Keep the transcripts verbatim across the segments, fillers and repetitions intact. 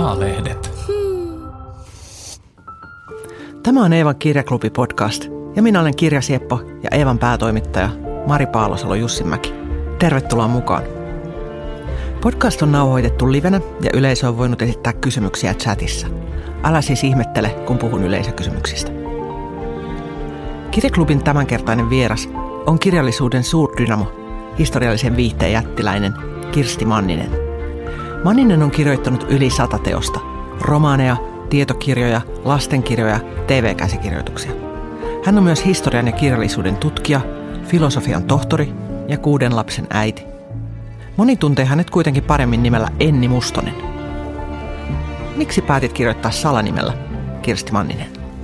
Maalehdet. Tämä on Eevan kirjaklubi-podcast ja minä olen kirjasieppo ja Eevan päätoimittaja Mari Paalosalo-Jussinmäki. Tervetuloa mukaan. Podcast on nauhoitettu livenä ja yleisö on voinut esittää kysymyksiä chatissa. Älä siis ihmettele, kun puhun yleisökysymyksistä. Kirjaklubin tämänkertainen vieras on kirjallisuuden suurdynamo, historiallisen viihteen jättiläinen Kirsti Manninen. Manninen on kirjoittanut yli sata teosta, romaaneja, tietokirjoja, lastenkirjoja, T V-käsikirjoituksia. Hän on myös historian ja kirjallisuuden tutkija, filosofian tohtori ja kuuden lapsen äiti. Moni tuntee hänet kuitenkin paremmin nimellä Enni Mustonen. Miksi päätit kirjoittaa salanimellä, Kirsti Manninen?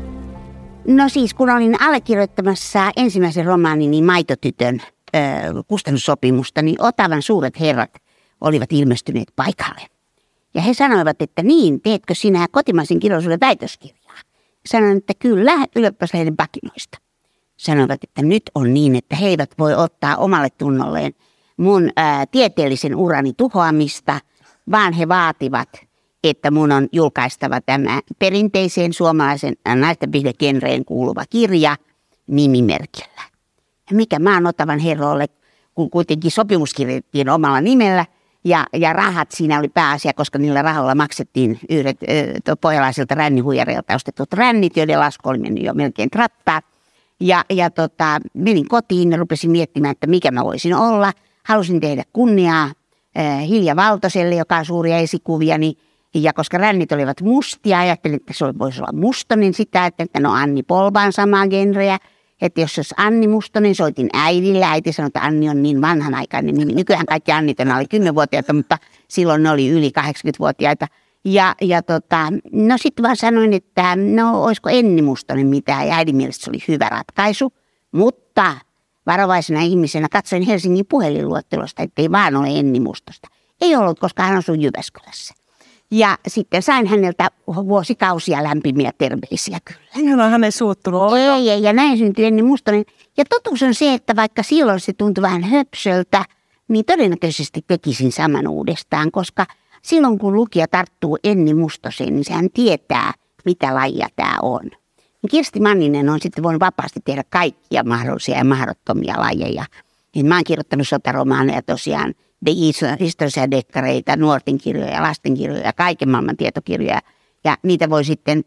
No siis, kun olin allekirjoittamassa ensimmäisen romaanini Maitotytön ö, kustannussopimusta, niin Otavan suuret herrat olivat ilmestyneet paikalle. Ja he sanoivat, että niin, teetkö sinä kotimaisen kirjallisuuden väitöskirjaa? Sanoin, että kyllä, ylioppilaslehden pakinoista. Sanoivat, että nyt on niin, että he eivät voi ottaa omalle tunnolleen mun ää, tieteellisen urani tuhoamista, vaan he vaativat, että mun on julkaistava tämä perinteiseen suomalaisen naistenvihdegenreen kuuluva kirja nimimerkillä. Ja mikä mä oon Otavan herroille, kun kuitenkin sopimus kirjoitettiin omalla nimellä, Ja, ja rahat siinä oli pääasia, koska niillä rahoilla maksettiin yhdet ö, pohjalaisilta rännihuijareilta ostetut rännit, joiden lasku oli mennyt jo melkein trattaa. Ja, ja tota, menin kotiin ja rupesin miettimään, että mikä mä voisin olla. Halusin tehdä kunniaa ö, Hilja Valtoselle, joka on suuria esikuviani. Ja koska rännit olivat mustia, ajattelin, että se voisi olla Mustonen sitä, että no Anni Polba on samaa genreä. Että jos olisi Anni Mustonen, soitin äidille. Äiti sanoi, että Anni on niin vanhanaikainen nimi. Nykyään kaikki Annit on alle kymmenvuotiaita, mutta silloin ne oli yli kahdeksankymmentävuotiaita. Ja, ja tota, no sitten vaan sanoin, että no olisiko Enni Mustonen mitään. Ja äidin mielestä se oli hyvä ratkaisu. Mutta varovaisena ihmisenä katsoin Helsingin puhelinluettelosta, ettei vaan ole Enni Mustosta. Ei ollut, koska hän asui Jyväskylässä. Ja sitten sain häneltä vuosikausia lämpimiä terveisiä kyllä. Ihan hän ei suuttunut. Ei, ei, ja näin syntyi Enni Mustonen. Ja totuus on se, että vaikka silloin se tuntui vähän höpsöltä, niin todennäköisesti tekisin saman uudestaan, koska silloin kun lukija tarttuu Enni Mustoseen, niin sehän tietää, mitä lajia tämä on. Kirsti Manninen on sitten voinut vapaasti tehdä kaikkia mahdollisia ja mahdottomia lajeja. Mä oon kirjoittanut sotaromaaneja tosiaan, historiallisia dekkareita, nuorten kirjoja, lastenkirjoja, kaiken maailman tietokirjoja. Ja niitä voi sitten,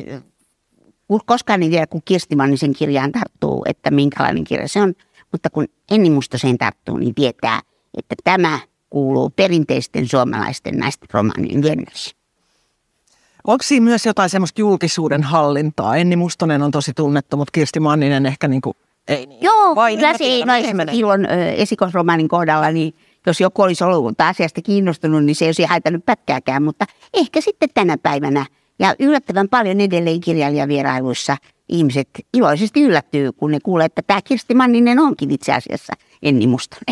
koskaan ei tiedä, kun Kirsti Mannisen kirjaan tarttuu, että minkälainen kirja se on. Mutta kun Enni Mustoseen tarttuu, niin tietää, että tämä kuuluu perinteisten suomalaisten naisten romaanien genreen. Onko siinä myös jotain semmoista julkisuuden hallintaa? Enni Mustonen on tosi tunnettu, mutta Kirsti Manninen ehkä niin kuin ei niin. Joo, kyllä se silloin esikoisromaanin kohdalla, niin jos joku olisi ollut asiasta kiinnostunut, niin se ei olisi haitannut pätkääkään, mutta ehkä sitten tänä päivänä. Ja yllättävän paljon edelleen kirjailijavierailuissa ihmiset iloisesti yllättyy, kun ne kuulee, että tämä Kirsti Manninen onkin itse asiassa Enni Mustonen.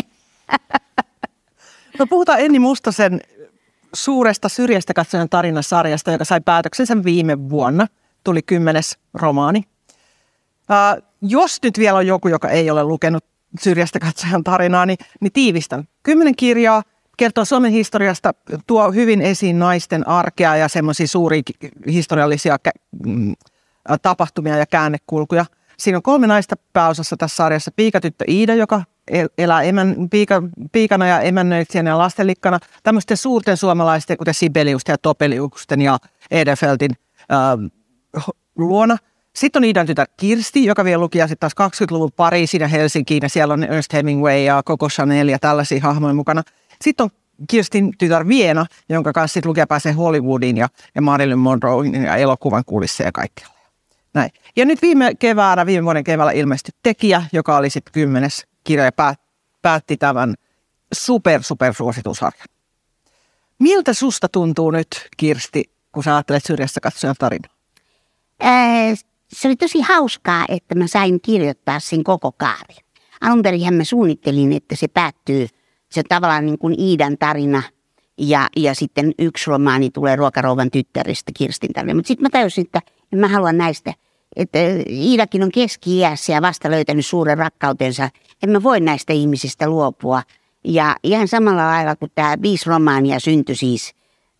No puhutaan Enni Mustosen suuresta syrjästä katsojan tarinasarjasta, joka sai päätöksensä viime vuonna. Tuli kymmenes romaani. Uh, jos nyt vielä on joku, joka ei ole lukenut syrjästä katsojan tarinaa, niin, niin tiivistän. Kymmenen kirjaa kertoo Suomen historiasta, tuo hyvin esiin naisten arkea ja semmoisia suuria historiallisia kä- tapahtumia ja käännekulkuja. Siinä on kolme naista pääosassa tässä sarjassa. Piikatyttö Iida, joka elää emän, piika, piikana ja emännöitsijänä ja lastenlikkana. Tämmöisten suurten suomalaisten, kuten Sibeliusten ja Topeliuksen ja Edelfeltin äh, luona. Sitten on Iidan tytär Kirsti, joka vielä luki sitten taas kaksikymmentäluvun Pariisin ja Helsinkiin, ja siellä on Ernest Hemingway ja Coco Chanel ja tällaisia hahmoja mukana. Sitten on Kirstin tytär Viena, jonka kanssa sitten lukija pääsee Hollywoodiin ja, ja Marilyn Monroein ja elokuvan kulissa ja kaikkialla. Näin. Ja nyt viime keväänä, viime vuoden keväällä ilmestyi Tekijä, joka oli sitten kymmenes kirja ja päät, päätti tämän super, super suositusarjan. Miltä susta tuntuu nyt, Kirsti, kun sä ajattelet syrjässä katsojan tarinaa? Ää, se oli tosi hauskaa, että mä sain kirjoittaa sen koko kaaren. Alun perinhän mä suunnittelin, että se päättyy, se on tavallaan niin kuin Iidan tarina ja, ja sitten yksi romaani tulee Ruokarouvan tyttäristä Kirstin tarina. Mutta sitten mä tajusin, että mä haluan näistä, että Iidakin on keski-iässä ja vasta löytänyt suuren rakkautensa. En mä voi näistä ihmisistä luopua. Ja ihan samalla lailla kuin tämä viisi romaania syntyi siis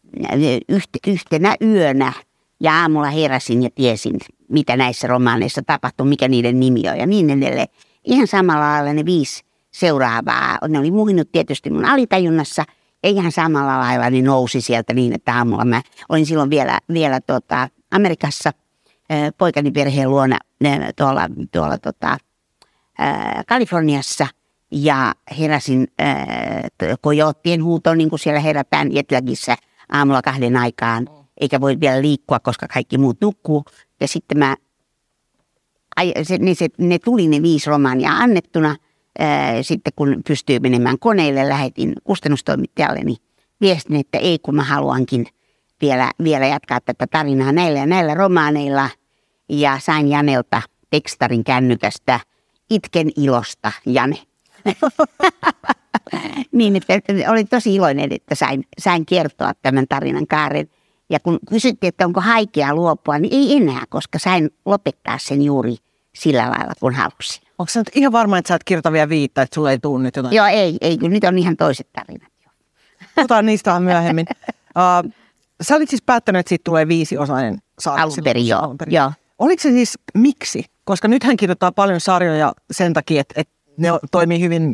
yhtenä yönä ja aamulla heräsin ja tiesin, mitä näissä romaaneissa tapahtui, mikä niiden nimi on ja niin edelleen. Ihan samalla lailla ne viisi seuraavaa, ne oli muhinut tietysti mun alitajunnassa, ja ihan samalla lailla ne nousi sieltä niin, että aamulla mä olin silloin vielä, vielä tota Amerikassa poikani perheen luona tuolla, tuolla tota, Kaliforniassa ja heräsin kojottien huutoon, niin kuin siellä herätään Jetlagissä aamulla kahden aikaan, eikä voi vielä liikkua, koska kaikki muut nukkuu. Ja sitten mä, se, ne, se, ne tuli ne viisi romaania annettuna, ää, sitten kun pystyy menemään koneille, lähetin kustannustoimittajalleni viestin, että ei kun mä haluankin vielä, vielä jatkaa tätä tarinaa näillä ja näillä romaaneilla. Ja sain Janelta tekstarin kännykästä, itken ilosta, Jane. Niin, että olin tosi iloinen, että sain, sain kertoa tämän tarinan kaaren. Ja kun kysyttiin, että onko haikea luopua, niin ei enää, koska sain lopettaa sen juuri sillä lailla, kun halusin. Onko sä nyt ihan varma, että sä et kirjoita vielä viittä, että sulle ei tule nyt jotain? Joo, ei, ei, kun nyt on ihan toiset tarinat. Puhutaan niistä vähän myöhemmin. Uh, sä olit siis päättänyt, että siitä tulee viisiosainen sarja. Alun perin, joo. Alun perin. joo. Oliko se siis miksi? Koska nythän kirjoittaa paljon sarjoja sen takia, että, että ne toimii hyvin,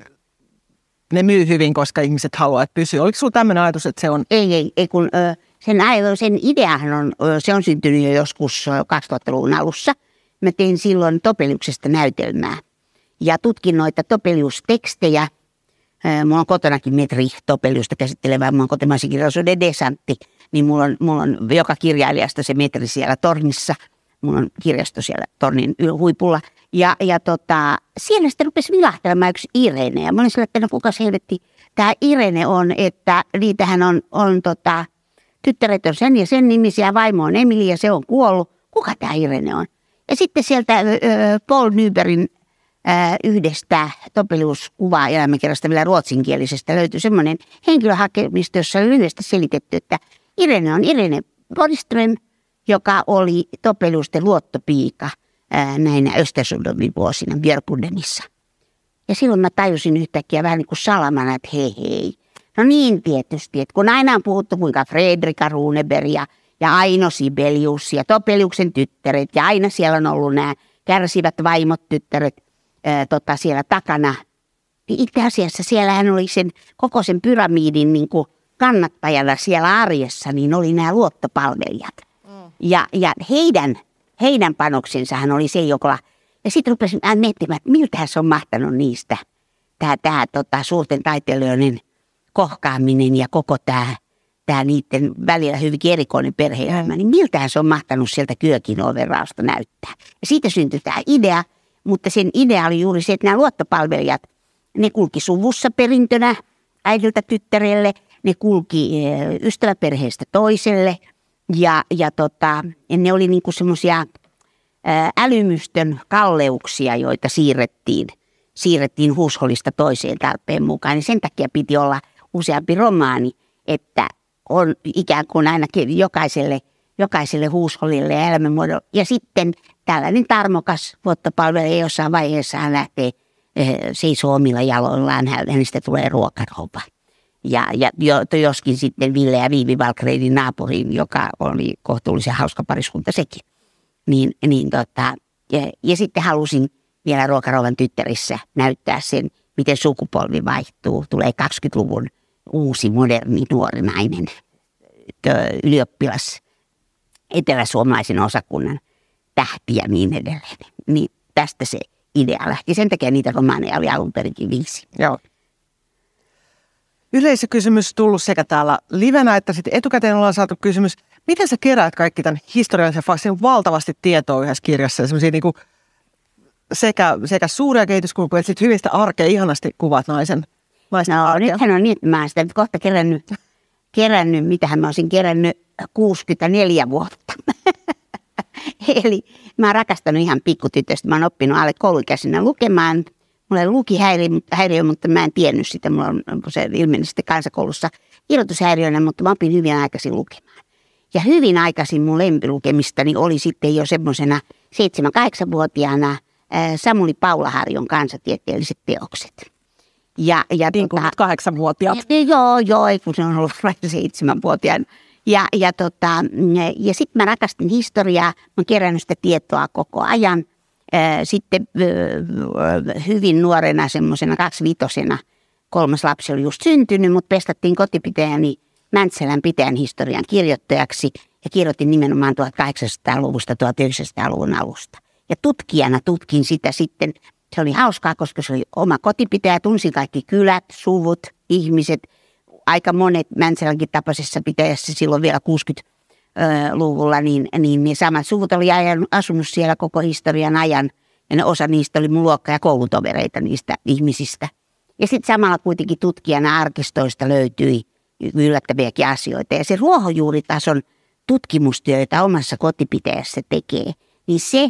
ne myy hyvin, koska ihmiset haluaa, että pysyy. Oliko sulla tämmöinen ajatus, että se on? Ei, ei, ei kun ö, sen, sen ideahan on, se on syntynyt jo joskus kaksituhattaluvun alussa. Mä tein silloin Topeliuksesta näytelmää ja tutkin noita Topelius-tekstejä. Mulla on kotonakin metri Topeliusta käsittelevää, mulla on kotimaisen kirjallisuuden desantti, niin mulla on, mulla on joka kirjailijasta se metri siellä tornissa. Mulla on kirjasto siellä tornin huipulla. Ja, ja tota, siellä sitten rupesi vilahtelemaan yksi Irene. Ja mä olin sillä, että no kuka helvetti tämä Irene on, että niitähän on, on tota, tyttäret on sen ja sen nimisiä, vaimo on Emilia ja se on kuollut. Kuka tämä Irene on? Ja sitten sieltä äh, Paul Nybergin äh, yhdestä Topelius-kuvaa elämänkerrasta vielä ruotsinkielisestä löytyi semmoinen henkilöhakemista, jossa oli lyhyesti selitetty, että Irene on Irene Borgström, joka oli Topeliusten luottopiika ää, näinä Östersundomin vuosina Björkudemissa. Ja silloin mä tajusin yhtäkkiä vähän niin kuin salamana, että hei hei. No niin tietysti, että kun aina on puhuttu kuinka Fredrika Runeberg ja, ja Aino Sibelius ja Topeliuksen tyttäret ja aina siellä on ollut nämä kärsivät vaimot tyttäret ää, tota, siellä takana. Niin itse asiassa siellähän oli sen koko sen pyramidin niin kuin kannattajana siellä arjessa, niin oli nämä luottopalvelijat. Ja, ja heidän, heidän panoksensahan oli se, joka... Ja sitten rupesin miettimään, että miltähän se on mahtanut niistä. Tämä, tämä tota, suurten taiteilijoiden kohkaaminen ja koko tämä, tämä niiden välillä hyvinkin erikoinen perhe-elämä. Niin miltähän se on mahtanut sieltä kyökin ovenraosta näyttää. Ja siitä syntyi tämä idea, mutta sen idea oli juuri se, että nämä luottopalvelijat, ne kulki suvussa perintönä äidiltä tyttärelle. Ne kulki ystäväperheestä toiselle. Ja, ja tota, ne oli niinku semmoisia älymystön kalleuksia, joita siirrettiin, siirrettiin huushollista toiseen tarpeen mukaan. Ja sen takia piti olla useampi romaani, että on ikään kuin ainakin jokaiselle, jokaiselle huushollille ja elämänmuodolle. Ja sitten tällainen tarmokas luottopalvelija jossain vaiheessa hän lähtee seisoo omilla jaloillaan, hänestä tulee ruokarouva. Ja, ja joskin sitten Ville ja Viivi Valkreidin naapuriin, joka oli kohtuullisen hauska pariskunta sekin. Niin, niin tota, ja, ja sitten halusin vielä Ruokarouvan tyttärissä näyttää sen, miten sukupolvi vaihtuu. Tulee kaksikymmentäluvun uusi, moderni, nuori nainen, ylioppilas, eteläsuomalaisen osakunnan tähti ja niin edelleen. Niin tästä se idea lähti. Sen takia niitä romaaneja oli alun perinkin viisi. Joo. Yleisökysymys tullut sekä täällä livenä että sitten etukäteen ollaan saatu kysymys, miten sä keräät kaikki tämän historiallisen faksin valtavasti tietoa yhdessä kirjassa, semmoisia niin kuin sekä, sekä suuria kehityskulkuja että sitten hyvistä arkea, ihanasti kuvat naisen, naisen No arkea. nythän on niin, että mä oon sitä kohta kerännyt, kerännyt, mitähän mä olisin kerännyt kuusikymmentäneljä vuotta. Eli mä oon rakastanut ihan pikkutytöstä, mä oon oppinut alle kouluikäisenä lukemaan. Mulla ei lukihäiriö, mutta mä en tiennyt sitä. Mulla on se ilmeni sitten kansakoulussa kirjoitushäiriönä, mutta mä opin hyvin aikaisin lukemaan. Ja hyvin aikaisin mun lempilukemistani oli sitten jo semmoisena seitsemän-kahdeksanvuotiaana Samuli Paulaharjon kansatieteelliset teokset. Ja, ja niin kuin tota, kahdeksanvuotiaat. Joo, joo, kun se on ollut seitsemänvuotiaan Ja, ja, tota, ja sitten mä rakastin historiaa, mä oon kerännyt sitä tietoa koko ajan. Sitten hyvin nuorena, semmoisena kaksivitosena, kolmas lapsi oli just syntynyt, mutta pestattiin kotipitäjäni Mäntsälän pitäjän historian kirjoittajaksi ja kirjoitin nimenomaan tuhatkahdeksansataaluvusta tuhatyhdeksänsataaluvun alusta. Ja tutkijana tutkin sitä sitten. Se oli hauskaa, koska se oli oma kotipitäjä, tunsin kaikki kylät, suvut, ihmiset. Aika monet Mäntsälänkin tapaisessa pitäjässä silloin vielä kuusikymmentäluvulla, niin, niin ne samat suvut oli asunut siellä koko historian ajan. Ja ne osa niistä oli mun luokka- ja koulutovereita niistä ihmisistä. Ja sitten samalla kuitenkin tutkijana arkistoista löytyi yllättäviäkin asioita. Ja se ruohonjuuritason tutkimustyö, jota omassa kotipitäjässä tekee, niin se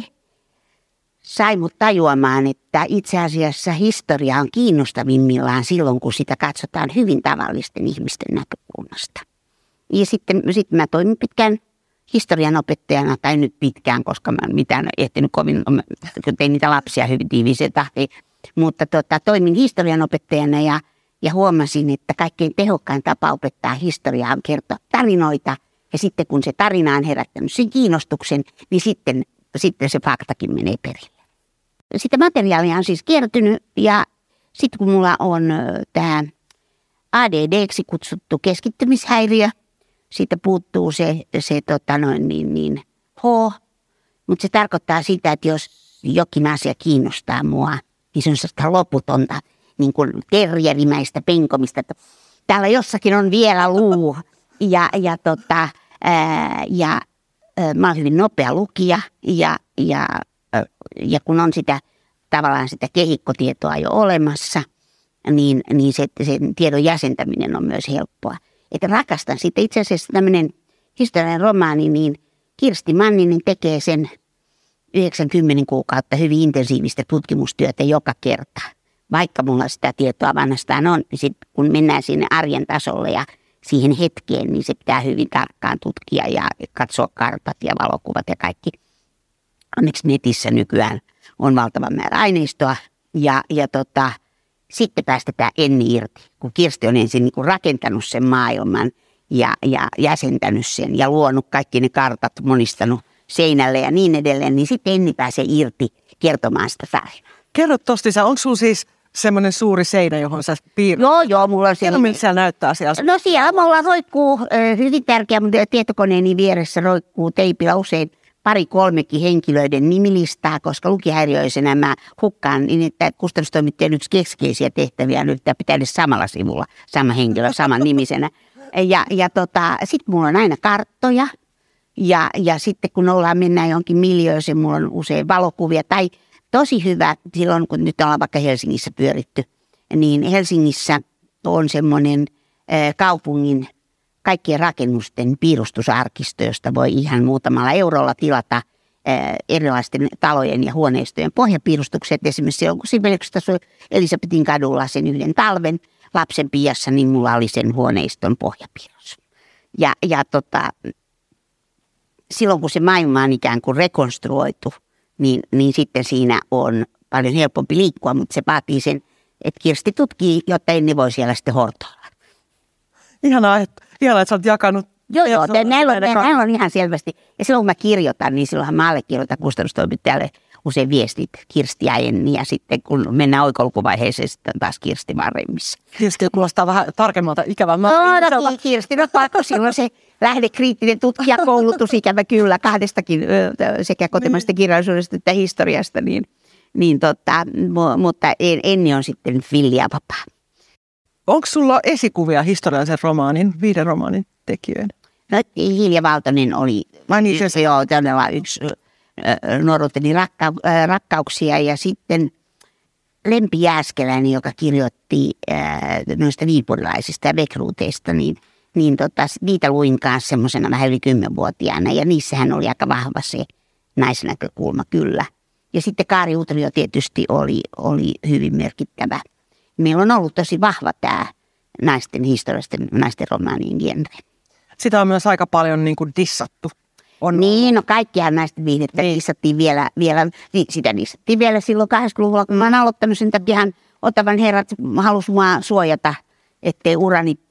sai mut tajuamaan, että itse asiassa historia on kiinnostavimmillaan silloin, kun sitä katsotaan hyvin tavallisten ihmisten näkökulmasta. Ja sitten, sitten mä toimin pitkään historian opettajana, tai nyt pitkään, koska mä en mitään ehtinyt kovin, kun tein niitä lapsia hyvin tiiviiseen tahtiin. Mutta tota, toimin historian opettajana ja, ja huomasin, että kaikkein tehokkain tapa opettaa historiaa on kertoa tarinoita. Ja sitten kun se tarina on herättänyt sen kiinnostuksen, niin sitten, sitten se faktakin menee perille. Sitä materiaalia on siis kertynyt ja sitten kun mulla on tämä A D D:ksi kutsuttu keskittymishäiriö, siitä puuttuu se, se tota noin, niin, niin, H, mutta se tarkoittaa sitä, että jos jokin asia kiinnostaa mua, niin se on sellaista loputonta niin kuin terrierimäistä penkomista, että täällä jossakin on vielä luu ja, ja, tota, ää, ja ää, mä oon hyvin nopea lukija ja, ja, ää, ja kun on sitä tavallaan sitä kehikkotietoa jo olemassa, niin, niin se, sen tiedon jäsentäminen on myös helppoa. Että rakastan sitten itse asiassa tämmöinen historiallinen romaani, niin Kirsti Manninen tekee sen yhdeksänkymmentä kuukautta hyvin intensiivistä tutkimustyötä joka kerta. Vaikka mulla sitä tietoa vanhastaan on, niin sit kun mennään sinne arjen tasolle ja siihen hetkeen, niin se pitää hyvin tarkkaan tutkia ja katsoa kartat ja valokuvat ja kaikki. Onneksi netissä nykyään on valtava määrä aineistoa ja, ja tota, sitten päästetään Enni irti, kun Kirsti on ensin niin kuin rakentanut sen maailman ja, ja jäsentänyt sen ja luonut kaikki ne kartat, monistanut seinälle ja niin edelleen, niin sitten Enni pääsee irti kertomaan sitä tarinaa. Kerro Tostisä, onko sulla siis semmoinen suuri seinä, johon sä piirrät? Joo, joo, mulla on siellä. Miltä siellä näyttää siellä? No siellä mulla roikkuu, hyvin tärkeä, mutta tietokoneeni vieressä roikkuu teipillä usein pari kolmekin henkilöiden nimilistaa, koska lukihäiriöisenä mä hukkaan niin, että kustannustoimittajan yksi keskeisiä tehtäviä on yrittää pitää edes samalla sivulla sama henkilö saman nimisenä. Ja, ja tota, sitten mulla on aina karttoja ja, ja sitten kun ollaan mennään johonkin miljööseen, mulla on usein valokuvia tai tosi hyvä silloin, kun nyt ollaan vaikka Helsingissä pyöritty, niin Helsingissä on semmoinen äh, kaupungin kaikkien rakennusten piirustusarkisto, josta voi ihan muutamalla eurolla tilata ää, erilaisten talojen ja huoneistojen pohjapiirustukset. Esimerkiksi silloin, kun Sibeliuksesta asui Elisabetin kadulla sen yhden talven lapsen piassa, niin mulla oli sen huoneiston pohjapiirros. Ja, ja tota, silloin, kun se maailma on ikään kuin rekonstruoitu, niin, niin sitten siinä on paljon helpompi liikkua, mutta se vaatii sen, että Kirsti tutkii, jotta Enni voi siellä sitten hortoilla. Ihanaa, että, ihanaa, että sä oot jakanut. Joo, joo, näillä on, näillä on ihan selvästi. Ja silloin kun mä kirjoitan, niin silloinhan mä allekirjoitan kustannustoimittajalle usein viestit Kirsti ja Enni. Ja sitten kun mennään oikolukuvaiheeseen, sitten taas Kirsti varremmissa. Kirsti kuulostaa vähän tarkemmalta ikävän. No, no Kirsti, no pakko silloin se lähdekriittinen tutkijakoulutus ikävä kyllä kahdestakin sekä kotimaisesta kirjallisuudesta että historiasta. Niin, niin tota, mutta Enni on sitten villiä vapaa. Onko sulla esikuvia historiallisen romaanin, viiden romaanin tekijöiden? No Hilja Valtonen oli niin, se, joo, todella yksi äh, nuoruuteni rakka, äh, rakkauksia ja sitten Lempi Jääskeläinen, joka kirjoitti äh, noista viipurilaisista ja vekruuteista, niin, niin tota, niitä luin kanssa semmoisena vähän yli kymmenvuotiaana ja niissähän oli aika vahva se naisnäkökulma kyllä. Ja sitten Kaari Utrio tietysti oli, oli hyvin merkittävä. Meillä on ollut tosi vahva tämä naisten historiallisten naisten romaanien genre. Sitä on myös aika paljon niin kuin dissattu. On. Niin, no kaikkia näistä viihdettä niin. dissattiin vielä, vielä, sitä dissattiin vielä silloin kahdeksankymmentäluvulla, kun mä oon aloittanut sen takiahan Otavan herrat halusi mua suojata, ettei urani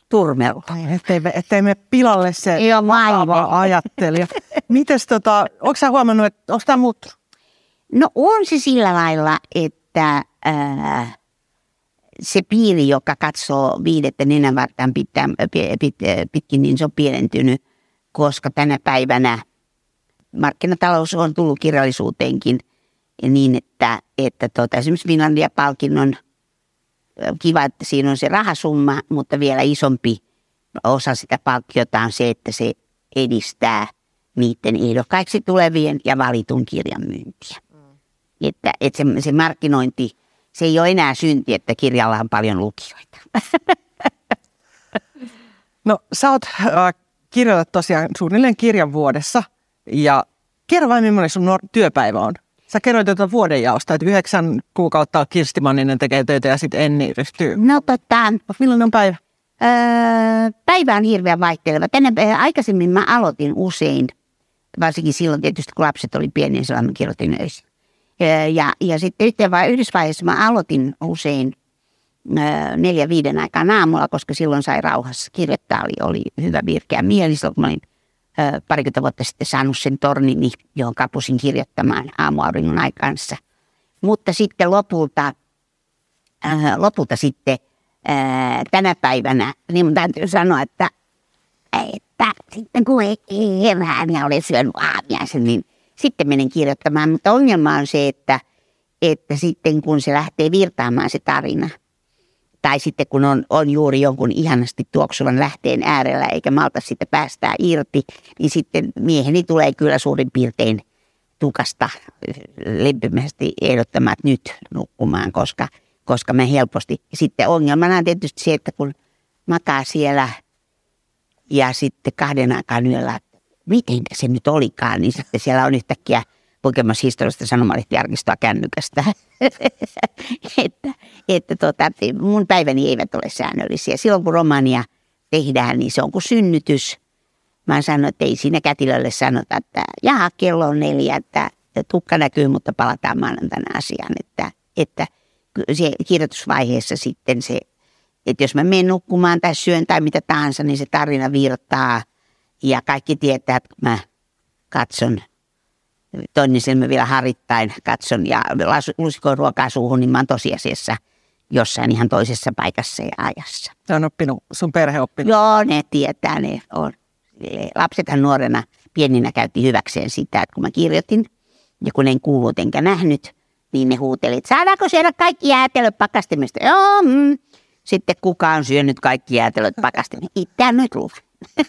turmelua. Ettei, ettei mene pilalle se vakava ajattelija. Mites tota, onko sä huomannut, että onko tämä muuttunut? No on se sillä lailla, että ää, se piiri, joka katsoo viidettä nenänvartaan pitkin, pitkin, niin se on pienentynyt, koska tänä päivänä markkinatalous on tullut kirjallisuuteenkin niin, että, että tuota, esimerkiksi Finlandia-palkinnon kiva, että siinä on se rahasumma, mutta vielä isompi osa sitä palkkiota on se, että se edistää niiden ehdokkaiksi tulevien ja valitun kirjan myyntiä. Mm. Että, että se, se markkinointi, se ei ole enää synti, että kirjalla on paljon lukijoita. No sä oot äh, kirjoitat tosiaan suunnilleen kirjan vuodessa ja kerro vain, millainen sun työpäivä on. Sä kerroit tuota vuodenjaosta, että yhdeksän kuukautta Kirsti Manninen tekee töitä ja sitten Enni ryhtyy. No tota... Millainen on päivä? Öö, päivä on hirveän vaihteleva. Tänne aikaisemmin mä aloitin usein, varsinkin silloin tietysti kun lapset oli pieniä, silloin mä kirjoitin öisin. Ja, ja, ja sitten yhdessä vaiheessa mä aloitin usein öö, neljä viiden aikaan aamulla, koska silloin sai rauhassa kirjoittaa, oli, oli hyvä virkeä mieli. Silloin kun mä olin öö, parikymmentä vuotta sitten saanut sen tornini, johon kapusin kirjoittamaan aamuauringon aikansa. Mutta sitten lopulta, öö, lopulta sitten Ää, tänä päivänä, niin mun täytyy sanoa, että, että sitten kun ei herään ja olen syönyt aamiaisen, niin sitten menen kirjoittamaan. Mutta ongelma on se, että, että sitten kun se lähtee virtaamaan se tarina, tai sitten kun on, on juuri jonkun ihanasti tuoksuvan lähteen äärellä eikä malta sitä päästää irti, niin sitten mieheni tulee kyllä suurin piirtein tukasta lempimästi ehdottamaan, että nyt nukkumaan, koska koska mä helposti. Sitten ongelmana on tietysti se, että kun makaa siellä ja sitten kahden aikaan yöllä, että miten se nyt olikaan, niin sitten siellä on yhtäkkiä lukemassa historiallista sanomalehtiarkistoa kännykästä. että että tota, mun päiväni eivät ole säännöllisiä. Silloin kun romaania tehdään, niin se on kuin synnytys. Mä sanon, että ei siinä kätilölle sanota, että jaha, kello on neljä, että tukka näkyy, mutta palataan maanantaina asiaan, että, että se kirjoitusvaiheessa sitten se, että jos mä menen nukkumaan tai syön tai mitä tahansa, niin se tarina virtaa ja kaikki tietää, että mä katson, toinen silmä vielä harittain katson ja lusikoin ruokaa suuhun, niin mä oon tosiasiassa jossain ihan toisessa paikassa ja ajassa. Se on oppinut, sun perhe oppinut? Joo, ne tietää, ne on. Lapsethan nuorena pieninä käytti hyväkseen sitä, että kun mä kirjoitin ja kun en kuullut enkä nähnyt, niin ne huutelit, saadaanko syödä kaikki jäätelöt pakastimesta? Joo, mm. Sitten kuka on syönyt kaikki jäätelöt pakastimesta? Itseään nyt luvan.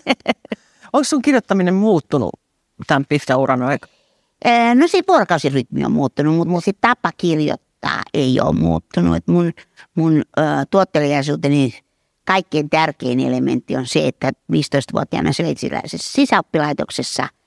Onko sun kirjoittaminen muuttunut tämän pitkän uran aikana? No se vuorokausirytmi on muuttunut, mutta se tapa kirjoittaa ei ole muuttunut. Et mun mun äh, tuotteliaisuuteni kaikkein tärkein elementti on se, että viisitoistavuotiaana sveitsiläisessä sisäoppilaitoksessa äh,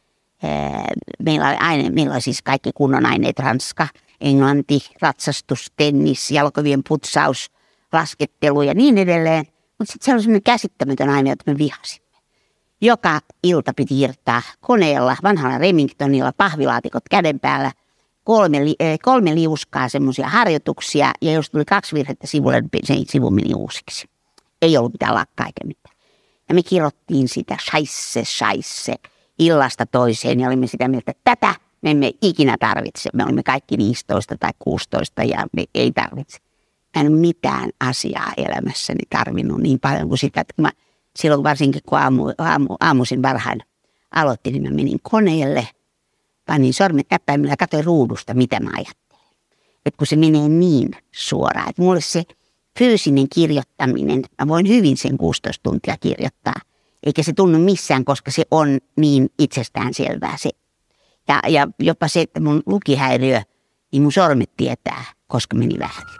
meillä oli aine, meillä oli siis kaikki kunnon aineet, ranska, englanti, ratsastus, tennis, jalkovien putsaus, laskettelu ja niin edelleen. Mutta sitten se oli sellainen käsittämätön aine, jota me vihasimme. Joka ilta piti irtaa koneella, vanhalla Remingtonilla, pahvilaatikot käden päällä, kolme, li, kolme liuskaa semmoisia harjoituksia, ja jos tuli kaksi virhettä sivulle, niin se sivu meni uusiksi. Ei ollut mitään lakkaa eikä mitään. Ja me kirjoittiin sitä scheisse, scheisse, illasta toiseen, ja olimme sitä mieltä, että tätä me emme ikinä tarvitse. Me olimme kaikki viisitoista tai kuusitoista, ja me ei tarvitse. Mä en ole mitään asiaa elämässäni tarvinnut niin paljon kuin sitä, että mä silloin varsinkin kun aamu, aamu, aamuisin varhain aloittin, niin mä menin koneelle, panin sormet näppäimillä ja katsoin ruudusta, mitä mä ajattelen. Että kun se menee niin suoraan, että mulle se fyysinen kirjoittaminen, mä voin hyvin sen kuusitoista tuntia kirjoittaa, eikä se tunnu missään, koska se on niin itsestäänselvää se. Ja, ja jopa se, että mun lukihäiriö, niin mun sormet tietää, koska meni väärin.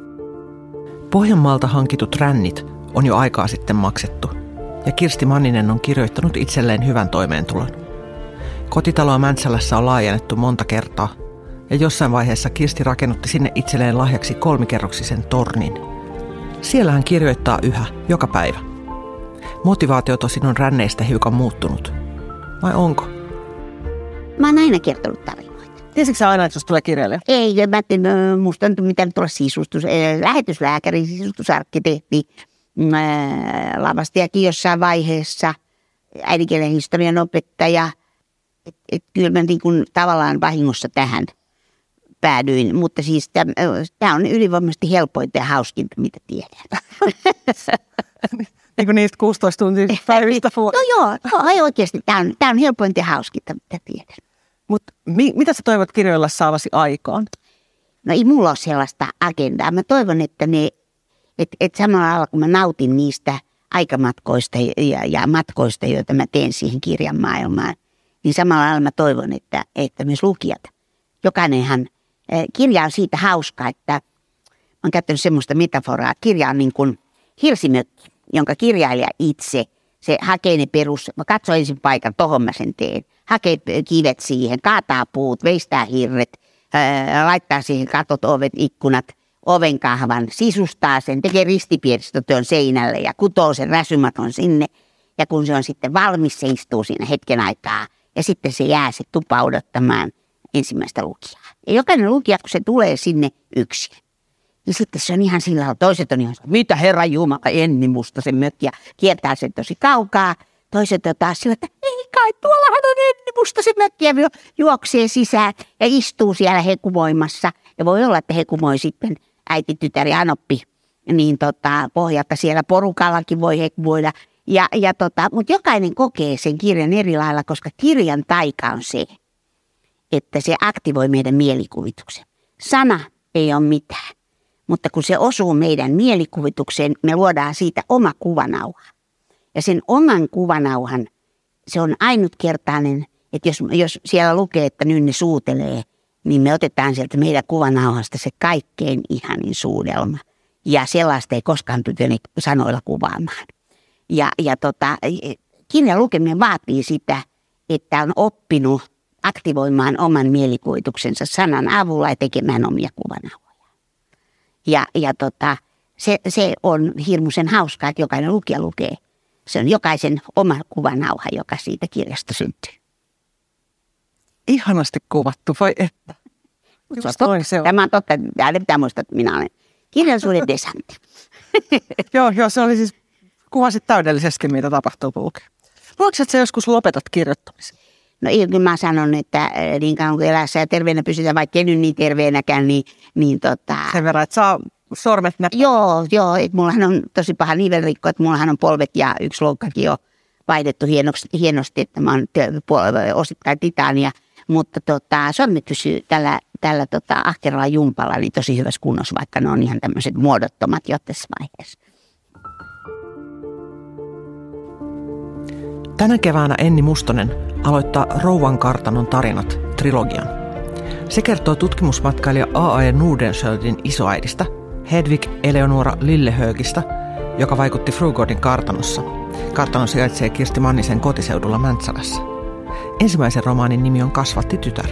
Pohjanmaalta hankitut rännit on jo aikaa sitten maksettu, ja Kirsti Manninen on kirjoittanut itselleen hyvän toimeentulon. Kotitaloa Mäntsälässä on laajennettu monta kertaa, ja jossain vaiheessa Kirsti rakennutti sinne itselleen lahjaksi kolmikerroksisen tornin. Siellä hän kirjoittaa yhä, joka päivä. Motivaatio tosin on ränneistä hiukan muuttunut. Vai onko? Mä oon aina kertonut tarinoita. Tiesitkö sä aina, että jos tulee kirjailija? Ei, mä musta on mitään tulla sisustus, lähetyslääkäri, sisustusarkkitehti, ää, lavastajakin jossain vaiheessa, äidinkielen historian opettaja. Et, et kyllä mä niin kuin tavallaan vahingossa tähän päädyin, mutta siis tämä on ylivoimaisesti helpointa ja hauskinta, mitä tiedän. Niin kuin niistä kuusitoista tuntia päivistä vuotta. No joo, no, ei oikeasti. Tämä on, tämä on helpointa ja hauskinta, mitä tiedän. Mutta mi- mitä sä toivot kirjoilla saavasi aikaan? No ei mulla ole sellaista agendaa. Mä toivon, että ne, että et samalla lailla kun mä nautin niistä aikamatkoista ja, ja matkoista, joita mä teen siihen kirjan maailmaan, niin samalla lailla mä toivon, että, että myös lukijat, jokainenhan, kirja on siitä hauska, että mä oon käyttänyt semmoista metaforaa, kirja on niin kuin hirsimökki, jonka kirjailija itse, se hakee ne perus, mä katson ensin paikan, tohon mä sen teen, hakee kivet siihen, kaataa puut, veistää hirret, ää, laittaa siihen katot, ovet, ikkunat, ovenkahvan, sisustaa sen, tekee ristipieristötyön seinälle ja kutoo sen räsymaton sinne. Ja kun se on sitten valmis, se istuu siinä hetken aikaa ja sitten se jää se tupa odottamaan ensimmäistä lukijaa. Ja jokainen lukija, kun se tulee sinne yksin, niin sitten se on ihan sillä tavalla. Toiset on ihan, mitä herra Jumala, Enni Mustosen mökki, ja kiertää sen tosi kaukaa. Toiset on taas sillä, että ei kai, tuollahan on Enni Mustosen mökki, ja juoksee sisään ja istuu siellä hekumoimassa. Ja voi olla, että hekumoi sitten äiti, tytär ja anoppi, niin tota, pohjalta siellä porukallakin voi hekumoida. Ja, ja tota, mutta jokainen kokee sen kirjan eri lailla, koska kirjan taika on se, että se aktivoi meidän mielikuvituksen. Sana ei ole mitään. Mutta kun se osuu meidän mielikuvitukseen, me luodaan siitä oma kuvanauha. Ja sen oman kuvanauhan, se on ainutkertainen, että jos, jos siellä lukee, että Nynne suutelee, niin me otetaan sieltä meidän kuvanauhasta se kaikkein ihanin suudelma. Ja sellaista ei koskaan tytöni sanoilla kuvaamaan. Ja, ja tota, kirjan lukeminen vaatii sitä, että on oppinut aktivoimaan oman mielikuvituksensa sanan avulla ja tekemään omia kuvanauhoja. Ja, ja tota, se, se on hirmuisen hauskaa, että jokainen lukija lukee. Se on jokaisen oma kuvanauha, joka siitä kirjasta syntyy. Ihanasti kuvattu, vai että? Se on Tämä on totta. Täällä pitää muistaa, että minä olen kirjallisuuden desantti. joo, joo, se oli siis, kuvasit täydellisesti, mitä tapahtuu lukea. Luuletko, että sä joskus lopetat kirjoittamisen? No kyllä mä sanon, että niin kauan kuin elässä ja terveenä pysytään, vaikka en nyt niin terveenäkään, niin, niin tota... Sen verran, että saa sormet näppää. Joo, joo, että mullahan on tosi paha nivelrikko, että mullahan on polvet ja yksi loukkakin jo vaihdettu hienosti, hienosti että mä oon osittain titania, mutta tota, sormet pysyy tällä, tällä tota, ahkeralla jumpalla niin tosi hyvässä kunnossa, vaikka ne on ihan tämmöiset muodottomat jo tässä vaiheessa. Tänä keväänä Enni Mustonen aloittaa Rouvan kartanon tarinat trilogian. Se kertoo tutkimusmatkailija A A Nordenskiöldin isoäidistä, Hedvig Eleonora Lillehögistä, joka vaikutti Frugårdin kartanossa. Kartano sijaitsee Kirsti Mannisen kotiseudulla Mäntsälässä. Ensimmäisen romaanin nimi on Kasvatti tytär.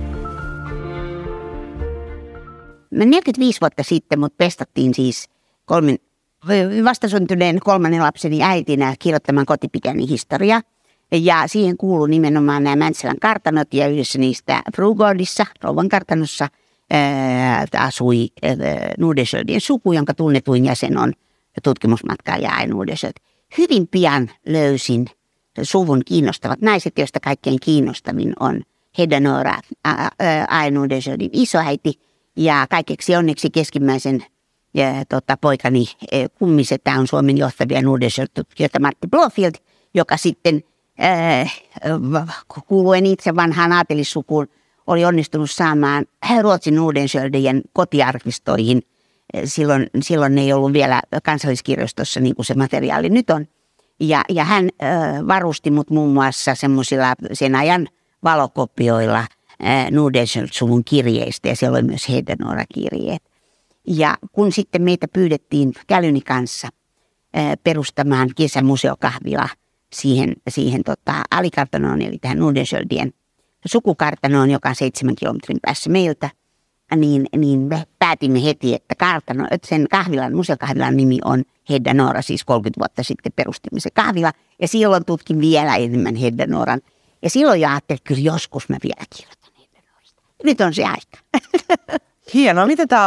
Mä neljäkymmentäviisi vuotta sitten mut pestattiin siis kolmin, vastasyntyneen kolmannen lapseni äitinä kirjoittamaan kotipitäni historiaa. Ja siihen kuuluu nimenomaan nämä Mäntsälän kartanot ja yhdessä niistä Frugårdissa, Rouvan kartanossa, ää, asui ää, Nordenskiöldin suku, jonka tunnetuin jäsen on tutkimusmatkailija A A Nordenskiöld. Hyvin pian löysin suvun kiinnostavat naiset, joista kaikkein kiinnostavin on Hedda Noora, A A Nordenskjöldin isoäiti ja kaikeksi onneksi keskimmäisen ja, tota, poikani kummisetä on Suomen johtavia Nordenskiöld-tutkijoita Martti Blåfield, joka sitten äh, kuuluen itse vanhaan aatelissukuun oli onnistunut saamaan Ruotsin Nordenskjöldien kotiarkistoihin. Silloin, silloin ei ollut vielä Kansalliskirjastossa niin kuin se materiaali nyt on. Ja, ja hän äh, varusti mut muun muassa semmoisilla sen ajan valokopioilla äh, Nordenskiöld-suvun kirjeistä ja siellä oli myös Hedda Noora-kirjeet. Ja kun sitten meitä pyydettiin Kälyni kanssa äh, perustamaan kesämuseokahvila siihen, siihen tota, alikartanoon, eli tähän Nordenskiöldien sukukartanoon, joka on seitsemän kilometrin päässä meiltä, niin, niin me päätimme heti, että, kartano, että sen kahvilan, museokahvilan nimi on Hedda Noora, siis kolmekymmentä vuotta sitten perustimme se kahvila, ja silloin tutkin vielä enemmän Hedda Nooran. Ja silloin ajattelin, että kyllä joskus mä vielä kirjoitan Hedda Noorasta. Nyt on se aika. Hienoa. Miten tämä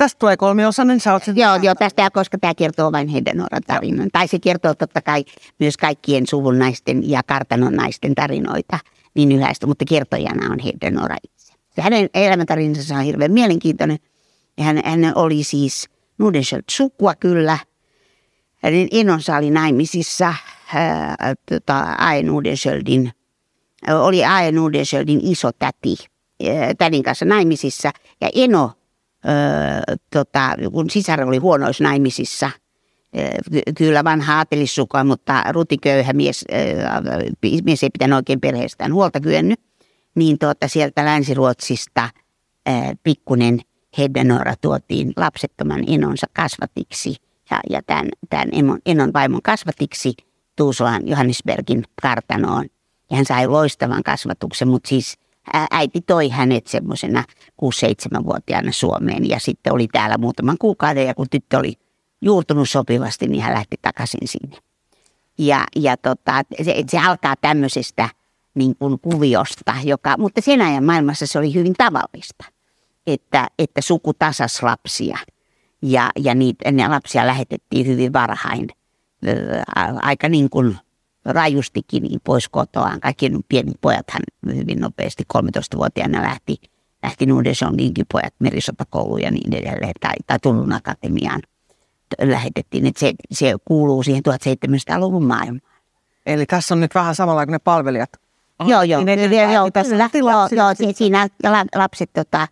Tästä tulee kolmiosainen, sä oot sen... Joo, joo, tästä, koska tämä kertoo vain Hedenoran tarinan. Tai se kertoo totta kai myös kaikkien suvun naisten ja kartanon naisten tarinoita niin yleistä, mutta kertojana on Hedenora itse. Ja hänen elämäntarinansa on hirveän mielenkiintoinen. Ja hän, hän oli siis Nordenskiöld-sukua kyllä. Hänen enonsa oli naimisissa ää, tota, Ae Nordenskjöldin, oli Ae Nordenskjöldin iso täti, ää, tädin kanssa naimisissa. Ja eno, ää, tota, kun sisar oli huonoissa naimisissa, ää, kyllä vanha aatelissukua, mutta rutiköyhä mies, ää, mies ei pitänyt oikein perheestään huolta kyennyt, niin tuota, sieltä Länsi-Ruotsista ää, pikkunen Hedenora tuotiin lapsettoman enonsa kasvatiksi ja, ja tämän, tämän enon vaimon kasvatiksi Tuusulan Johannesbergin kartanoon. Ja hän sai loistavan kasvatuksen, mutta siis äiti toi hänet semmoisena kuusi seitsemän vuotiaana Suomeen ja sitten oli täällä muutaman kuukauden ja kun tyttö oli juurtunut sopivasti, niin hän lähti takaisin sinne. Ja, ja tota, se, se alkaa tämmöisestä niin kuin kuviosta, joka, mutta sen ajan maailmassa se oli hyvin tavallista. Että, että suku tasas lapsia ja, ja niitä, ne lapsia lähetettiin hyvin varhain, ää, aika niin kuin rajustikin niin pois kotoaan. Kaikki pienet pojathan hyvin nopeasti, kolmetoistavuotiaana lähti, lähti Nordenskjöldinkin pojat merisotakouluun ja niin edelleen, tai, tai Tullun akatemiaan lähetettiin. Että se, se kuuluu siihen tuhatseitsemänsataaluvun maailmaan. Eli tässä on nyt vähän samalla kuin ne palvelijat. Joo, joo, niin joo, joo, tässä joo, joo, siinä lapset tota,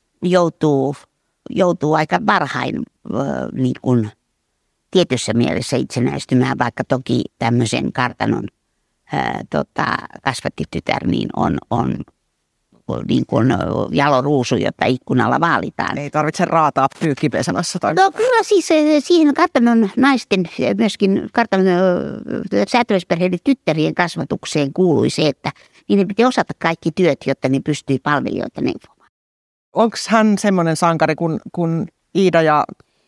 joutuu, joutuu aika varhain äh, niin kuin, tietyssä mielessä itsenäistymään, vaikka toki tämmöisen kartanon äh, tota, kasvattitytär niin on, on niin kuin jaloruusu, jota ikkunalla vaalitaan. Ei tarvitse raataa pyykkipesämässä. Tai... No kyllä siis siihen kartanon naisten, myöskin kartanon säätyläisperheiden tyttärien kasvatukseen kuului se, että niiden piti osata kaikki työt, jotta ne pystyi palvelijoita neuvomaan. Onko hän semmoinen sankari kuin, kuin Iida ja...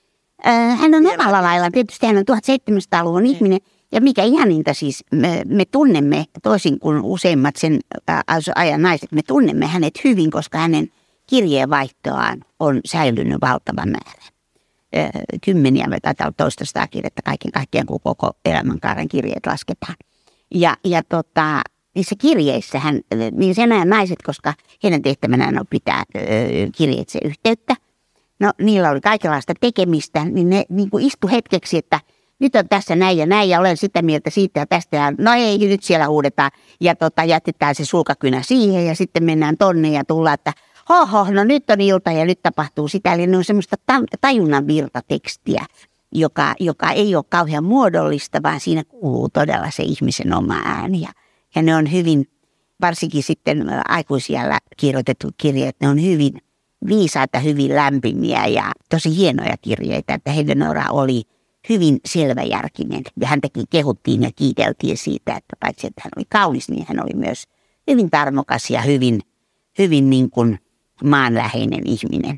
Äh, hän on omalla lailla. Tietysti hän on tuhatseitsemänsataaluvun mm. ihminen. Ja mikä ihaninta siis, me, me tunnemme, toisin kuin useimmat sen ajan naiset, me tunnemme hänet hyvin, koska hänen kirjeenvaihtoaan on säilynyt valtava määrä. Äh, kymmeniä, me taitaa olla toista sataa kirjettä kaiken kaikkiaan, kun koko elämänkaaren kirjeet lasketaan. Ja, ja tota... Niissä kirjeissä hän, niin sen ajan naiset, koska heidän tehtävänään on pitää ö, kirjeitse yhteyttä. No niillä oli kaikenlaista tekemistä, niin ne niin kuin istui hetkeksi, että nyt on tässä näin ja näin ja olen sitä mieltä siitä ja tästä. Ja no ei, nyt siellä huudetaan ja tota, jätetään se sulkakynä siihen ja sitten mennään tonne ja tullaan, että hoho, no nyt on ilta ja nyt tapahtuu sitä. Eli ne on semmoista tajunnan virtatekstiä, joka, joka ei ole kauhean muodollista, vaan siinä kuuluu todella se ihmisen oma ääni. Ja Ja ne on hyvin, varsinkin sitten aikuisiällä kirjoitetut kirjeet, ne on hyvin viisaita, hyvin lämpimiä ja tosi hienoja kirjeitä. Että Hedenora oli hyvin selväjärkinen. Ja häntäkin kehuttiin ja kiiteltiin siitä, että paitsi että hän oli kaunis, niin hän oli myös hyvin tarmokas ja hyvin, hyvin niin kuin maanläheinen ihminen.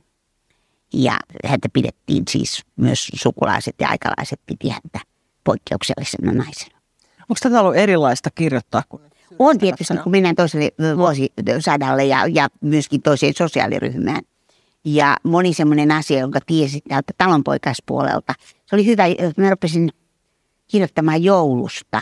Ja häntä pidettiin siis myös sukulaiset ja aikalaiset piti häntä poikkeuksellisena naisena. Onko tätä ollut erilaista kirjoittaa kuin... On tietysti, kun mennään toiselle vuosisadalle ja, ja myöskin toiseen sosiaaliryhmään. Ja moni semmoinen asia, jonka tiesin täältä talonpoikaispuolelta. Se oli hyvä, mä rupesin kirjoittamaan joulusta.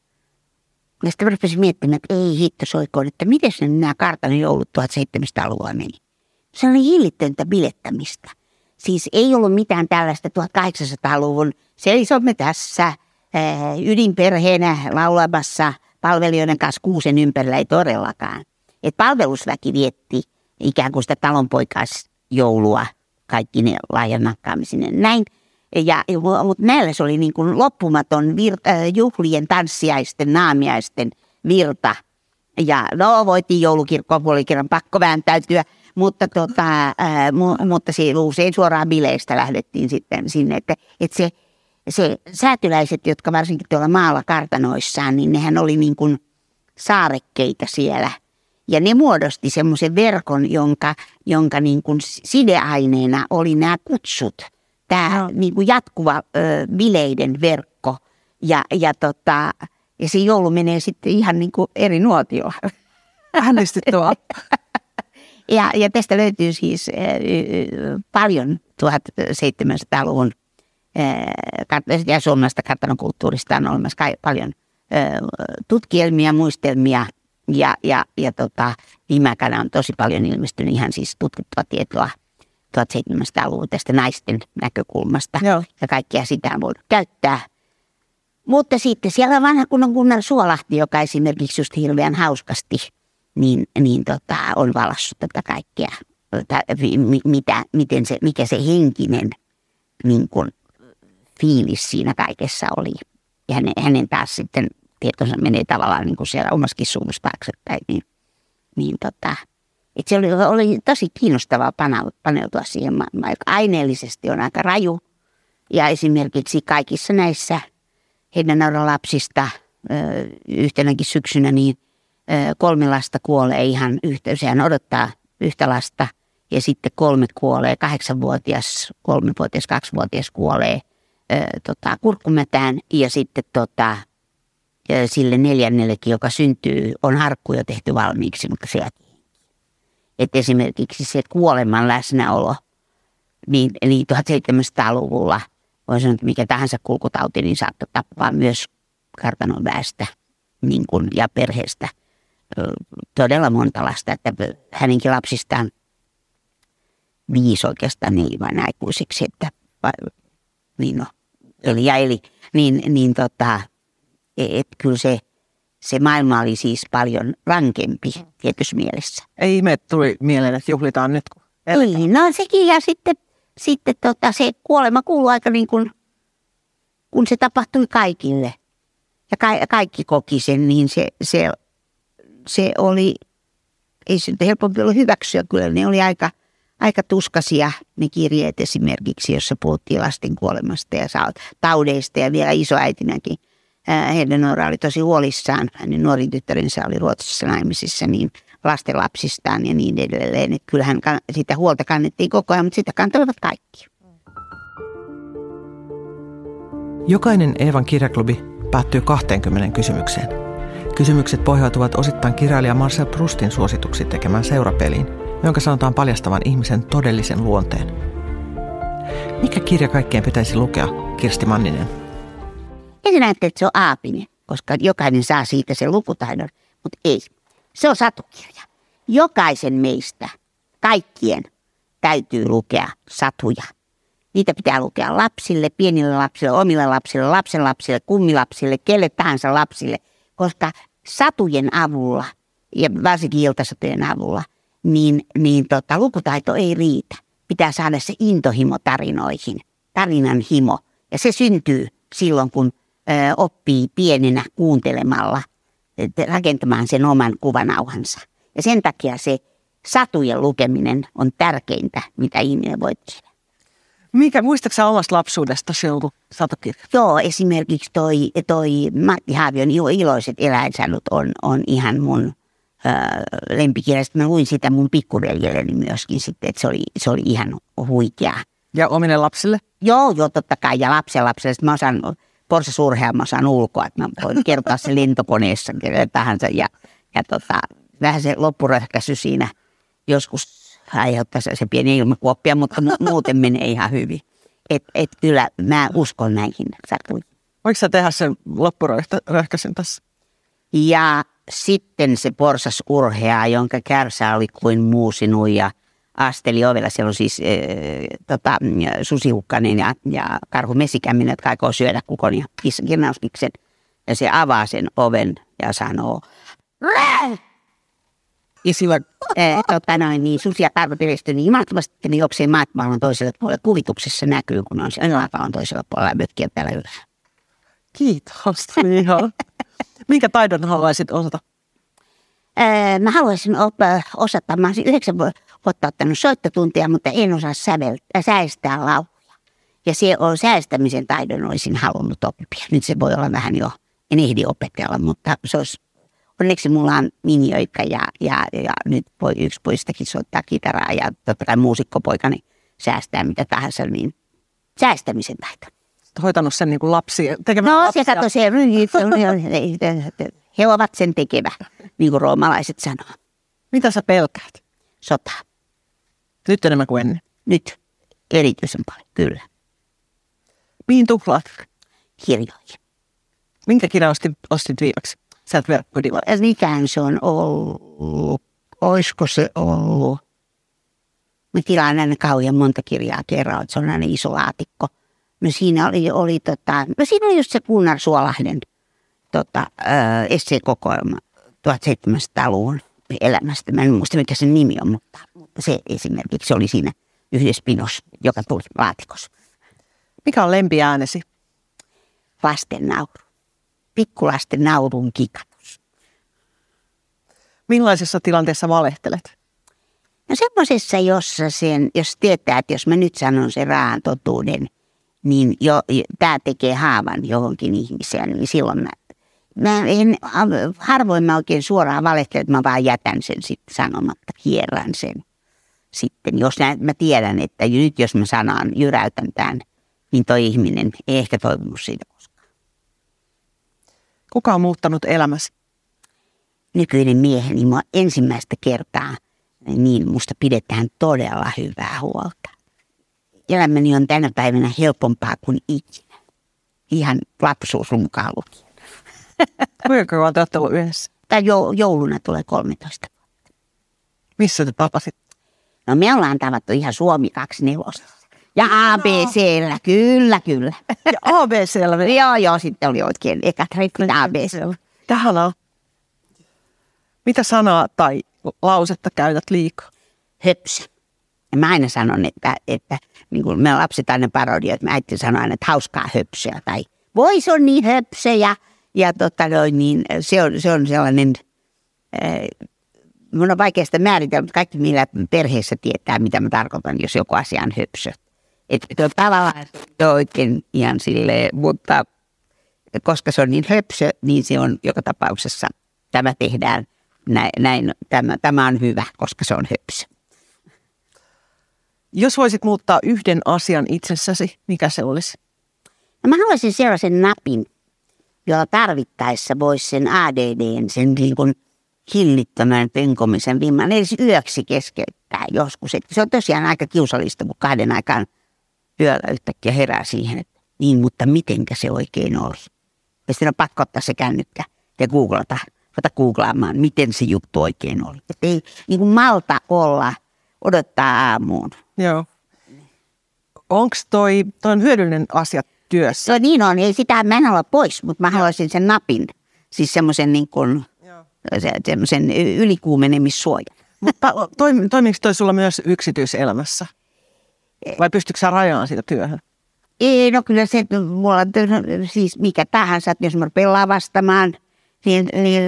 Ja sitten mä rupesin miettimään, että ei hitto soikoon, että miten ne nämä kartanon joulut tuhatseitsemänsataaluvulla meni. Se oli hillitöntä bilettämistä. Siis ei ollut mitään tällaista tuhatkahdeksansataaluvun, seisomme tässä ydinperheenä laulamassa palvelijoiden kanssa kuusen ympärillä, ei todellakaan. Et palvelusväki vietti ikään kuin sitä talonpoikaisjoulua, kaikki ne laajan nakkaamisen näin. Ja, mutta näillä se oli niin kuin loppumaton virta, juhlien, tanssiaisten, naamiaisten virta. Ja no, voitiin joulukirkkoon puoli kerran pakko vääntäytyä, mutta, tota, ää, mu, mutta se, usein suoraan bileistä lähdettiin sitten sinne, että, että se Se säätyläiset, jotka varsinkin tuolla maalla kartanoissaan, niin nehän oli niin kuin saarekkeita siellä. Ja ne muodosti semmoisen verkon, jonka, jonka niin kuin sideaineena oli nämä kutsut. Tämä no. niin kuin jatkuva ö, bileiden verkko. Ja, ja, tota, ja se joulu menee sitten ihan niin kuin eri nuotiolla. Äänestyt tuo. Ja, ja tästä löytyy siis äh, paljon tuhatseitsemänsataaluvun äh, ja suomalaista kartanokulttuurista on olemassa kai, paljon äh, tutkielmia, muistelmia ja, ja, ja tota, viime aikana on tosi paljon ilmestynyt ihan siis tutkittua tietoa tuhatseitsemänsataaluvun tästä naisten näkökulmasta. Joo. Ja kaikkea sitä on voinut käyttää. Mutta sitten siellä on vanha kunnon Gunnar Suolahti, joka esimerkiksi just hirveän hauskasti niin, niin tota, on valassut tätä kaikkea, mitä, miten se, mikä se henkinen niin kun, fiilis siinä kaikessa oli. Ja hänen, hänen taas sitten tietonsa menee tavallaan niin kuin siellä omaskin suunnassa taaksepäin. Niin, niin tota, et se oli, oli tosi kiinnostavaa paneutua siihen maailmaan, joka aineellisesti on aika raju. Ja esimerkiksi kaikissa näissä Heidän lapsista yhtenäkin syksynä niin kolme lasta kuolee ihan yhtä. Sehän odottaa yhtä lasta ja sitten kolme kuolee. Kahdeksanvuotias, kolmevuotias, kaksivuotias kuolee tota, kurkkumätään ja sitten tota, ja sille neljännellekin, joka syntyy, on harkku jo tehty valmiiksi, mutta se että esimerkiksi se kuoleman läsnäolo niin, niin tuhatseitsemänsataaluvulla voi sanoa, että mikä tahansa kulkutauti, niin saattoi tappaa myös kartanon väestä niin kuin, ja perheestä todella monta lasta. Että hänenkin lapsistaan viisi oikeastaan eli vain aikuisiksi, että niin no, eli ja eli, niin, niin tota, että kyllä se, se maailma oli siis paljon rankempi tietyssä mielessä. Ei ihme, että tuli mieleen, että juhlitaan nyt. Ei, no sekin ja sitten Sitten tota, se kuolema kuului aika niin kuin, kun se tapahtui kaikille. Ja ka- kaikki koki sen, niin se, se, se oli, ei se nyt helpompi ollut hyväksyä. Kyllä ne oli aika, aika tuskaisia ne kirjeet esimerkiksi, jossa puhuttiin lasten kuolemasta ja taudeista. Ja vielä isoäitinäkin Hedenora oli tosi huolissaan. Hänen nuorin tyttärensä oli Ruotsissa naimisissa, niin lastenlapsistaan ja niin edelleen. Että kyllähän sitä huolta kannettiin koko ajan, mutta sitä kantoivat kaikki. Jokainen Eevan kirjaklubi päättyy kahteenkymmeneen kysymykseen. Kysymykset pohjautuvat osittain kirjailija Marcel Proustin suosituksiin tekemään seurapeliin, jonka sanotaan paljastavan ihmisen todellisen luonteen. Mikä kirja kaikkien pitäisi lukea, Kirsti Manninen? Ensin ajattelin, että se on aapinen, koska jokainen saa siitä sen lukutaidon, mutta ei. Se on satukirja. Jokaisen meistä, kaikkien, täytyy lukea satuja. Niitä pitää lukea lapsille, pienille lapsille, omille lapsille, lapsenlapsille, kummilapsille, kelle tahansa lapsille. Koska satujen avulla, ja varsinkin iltasatujen avulla, niin, niin tota, lukutaito ei riitä. Pitää saada se intohimo tarinoihin, tarinan himo. Ja se syntyy silloin, kun ö, oppii pienenä kuuntelemalla, rakentamaan sen oman kuvanauhansa. Ja sen takia se satujen lukeminen on tärkeintä, mitä ihminen voi tehdä. Mikä, muistatko sä omasta lapsuudestasi joku satukirja? Joo, esimerkiksi toi, toi Matti Haavion Iloiset eläinsadut on, on ihan mun ö, lempikirja. Sitten mä luin sitä mun pikkuveljelleni myöskin sitten, että se oli, se oli ihan huikea. Ja omille lapsille? Joo, joo, totta kai. Ja lapsen lapsille. Sitten mä osaan porsasurhea, mä osaan ulkoa, että mä voin kertoa se lentokoneessa kenelle tahansa. Ja, ja tota, vähän se loppuröhkäisy siinä joskus aiheuttaa se pieni ilmakuoppia, mutta mu- muuten menee ihan hyvin. Että et kyllä mä uskon näihin satuihin. Voiko sä tehdä sen loppuröhkäisyn tässä? Ja sitten se porsas urhea, jonka kärsä oli kuin muusinut ja asteli ovella. Siellä on siis e, tota, susihukkanen ja, ja karhu mesikämminen, jotka aikoo syödä kukon ja kirnauskiksen. Ja se avaa sen oven ja sanoo Rää! Ja sillä... E, tota noin, niin susi ja karhu piristyy niin mahtavasti, että ne juoksee maapallon toiselle puolelle. Kuvituksessa näkyy, kun on siellä maapallon toisella puolella mökkiä täällä ylhäällä. Kiitos, ihan. Minkä taidon haluaisit osata? Öö, mä haluaisin op- osata. Mä olisin yhdeksän vuotta ottanut soittotuntia, mutta en osaa säveltää, säästää lauluja. Ja se on säästämisen taidon olisin halunnut oppia. Nyt se voi olla vähän jo, en ehdi opetella, mutta se olisi, onneksi mulla on minioita ja, ja, ja nyt voi yksi poistakin soittaa kitaraa ja totta kai muusikkopoikani säästää mitä tahansa, niin säästämisen taito. Hoitanut sen niin kuin lapsia, tekemään no, lapsia. No se katsoi se, he ovat sen tekevä, niin kuin roomalaiset sanoo. Mitä sä pelkäät? sotaa. Nyt enemmän kuin ennen. Nyt erityisen paljon, kyllä. Mihin tuhlaat? Kirjoihin. Minkä kirjan ostit, ostit viimeksi? Sä et verkkodiva. Mikään se on ollut? Olisiko se ollut? Mä tilaan aina kauhean monta kirjaa kerran, että se on aina iso laatikko. No siinä oli, oli, tota, no siinä oli just se Gunnar Suolahden tota, äh, esseekokoelma tuhatseitsemänsataaluvun elämästä. Mä en muista, mikä sen nimi on, mutta, mutta se esimerkiksi se oli siinä yhdessä pinossa, joka tuli laatikossa. Mikä on lempiäänesi? Lasten nauru. Pikkulasten naurun kikatus. Millaisessa tilanteessa valehtelet? No semmoisessa, jossa sen, jos tietää, että jos mä nyt sanon sen raan totuuden, niin jo, jo, tämä tekee haavan johonkin ihmiseen, niin silloin mä, mä en, harvoin mä oikein suoraan valehtelen, että mä vaan jätän sen sitten sanomatta, kierrän sen sitten. Jos mä, mä tiedän, että nyt jos mä sanan, jyräytän tämän, niin toi ihminen ei ehkä toivonut siitä koskaan. Kuka on muuttanut elämäsi? Nykyinen mieheni mua ensimmäistä kertaa, niin musta pidetään todella hyvää huolta. Elämäni on tänä päivänä helpompaa kuin ikinä. Ihan lapsuus mukaan lukien. Kuinka kauan te olette ollut yhdessä? Tai jouluna tulee kolmetoista vuotta. Missä te tapasit? No me ollaan tavattu ihan Suomi kaksikymmentäneljä. Ja A B C:llä, kyllä, kyllä. Ja A B C:llä? Joo, joo, sitten oli oikein ekat treffit A B C:llä. Tähän on. Mitä sanaa tai lausetta käytät liikaa? Höpsö. Ja mä aina sanon, että, että niin kuin me lapset aina parodioivat, että mä äiti sanoo aina, että hauskaa höpsöä. Tai voi se on niin höpsö ja, ja tota noin, niin se on, se on sellainen, äh, mun on vaikea sitä määritellä, mutta kaikki millä perheessä tietää, mitä mä tarkoitan, jos joku asia on höpsö. Että tavallaan se on oikein ihan silleen, mutta koska se on niin höpsö, niin se on joka tapauksessa, tämä tehdään näin, näin tämä, tämä on hyvä, koska se on höpsö. Jos voisit muuttaa yhden asian itsessäsi, mikä se olisi? No mä haluaisin sellaisen napin, jolla tarvittaessa voisi sen A D D:n, sen niin kuin hillittömän penkomisen vimman edes yöksi keskeyttää joskus. Että se on tosiaan aika kiusallista, kun kahden aikaan yöllä yhtäkkiä herää siihen, että niin, mutta mitenkä se oikein oli. Ja sitten on pakko ottaa se kännykkä ja googlata, ruveta googlaamaan, miten se juttu oikein oli. Että ei niin kuin malta olla, odottaa aamuun. Joo. Onko toi, toi on hyödyllinen asia työssä? Se on niin on, ei sitä mä en halua pois, mutta mä haluaisin sen napin. Siis semmoisen niin kuin, se, semmoisen ylikuumenemissuojan. Mutta toimiiko toi sulla myös yksityiselämässä? Vai pystytkö sä rajaamaan sitä työhön? Ei, no kyllä se, mulla on siis mikä tahansa, että jos mä pelaa vastaamaan, niin,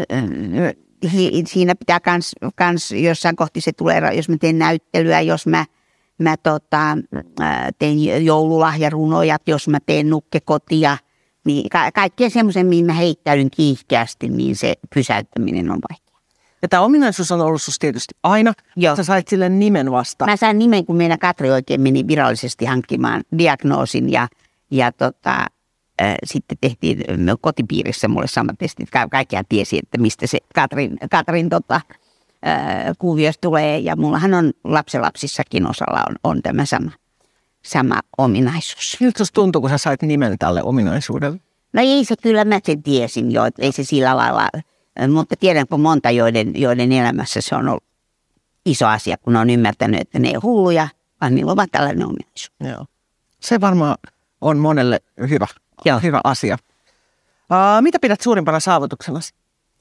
niin siinä pitää kans, kans jossain kohti se tulee, jos mä teen näyttelyä, jos mä, mä tota, teen joululahjarunoja, jos mä teen nukkekotia, niin ka- kaikkea semmoisen, mihin mä heittäydyn kiihkeästi, niin se pysäyttäminen on vaikea. Ja tämä ominaisuus on ollut susta tietysti aina. Joo. Sä sait sille nimen vasta. Mä sain nimen, kun meidän Katri oikein meni virallisesti hankkimaan diagnoosin ja, ja tota, äh, sitten tehtiin kotipiirissä mulle samat testit. Ka- kaikkia tiesi, että mistä se Katrin, Katrin tota, äh, kuviosta tulee. Ja mullahan on lapsenlapsissakin osalla on, on tämä sama, sama ominaisuus. Miltä susta tuntui, kun sä sait nimen tälle ominaisuudelle? No ei se kyllä, mä sen tiesin jo, että ei se sillä lailla, mutta tiedänpä monta, joiden, joiden elämässä se on ollut iso asia, kun on ymmärtänyt, että ne ei ole hulluja, vaan niillä on vaan tällainen ominaisuus. Joo. Se varmaan on monelle hyvä, Joo. hyvä asia. Uh, mitä pidät suurimpana saavutuksenasi?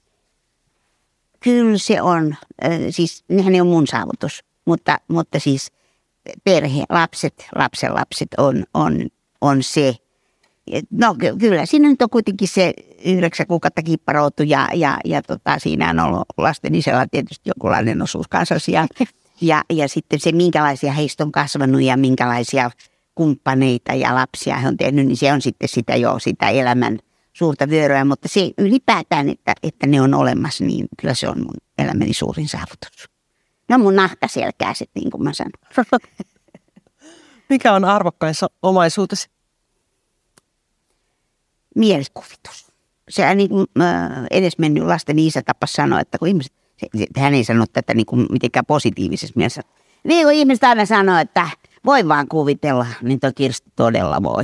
Kyllä se on, siis nehän ei ole mun saavutus, mutta, mutta siis perhe, lapset, lapsenlapset on, on, on se. No kyllä, siinä nyt on kuitenkin se yhdeksän kuukautta kipparoutu ja, ja, ja tota, siinä on ollut lasten isällä tietysti jonkunlainen osuus kanssa siellä. Ja, ja sitten se, minkälaisia heistä on kasvanut ja minkälaisia kumppaneita ja lapsia he on tehnyt, niin se on sitten sitä jo sitä elämän suurta vyöryä. Mutta se ylipäätään, että, että ne on olemassa, niin kyllä se on mun elämäni suurin saavutus. No mun nahkaselkäiset, niin kuin mä sanon. Mikä on arvokkain omaisuutesi? Mielikuvitus. Se niin kuin edesmennyt lasten isä tapas sanoa, että kun ihmiset, Se, se, hän ei sanonut tätä niin kuin mitenkään positiivisessa mielessä. Niin kuin ihmiset aina sanoo, että voi vaan kuvitella, niin tuo Kirsti todella voi.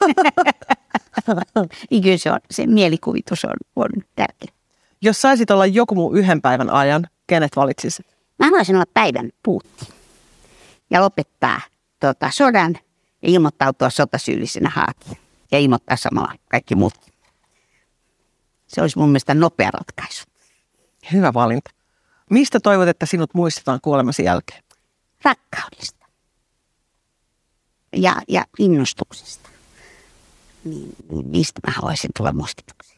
Niin kyllä se, on, se mielikuvitus on, on tärkeä. Jos saisit olla joku muu yhden päivän ajan, kenet valitsisit? Mä haluaisin olla päivän Putin ja lopettaa tota, sodan ja ilmoittautua sotasyyllisenä haakiin. Ja ilmoittaa samalla kaikki muut. Se olisi mun mielestä nopea ratkaisu. Hyvä valinta. Mistä toivot, että sinut muistetaan kuolemasi jälkeen? Rakkaudesta. Ja, ja innostuksesta. Niin, mistä mä haluaisin tulla muistetuksi?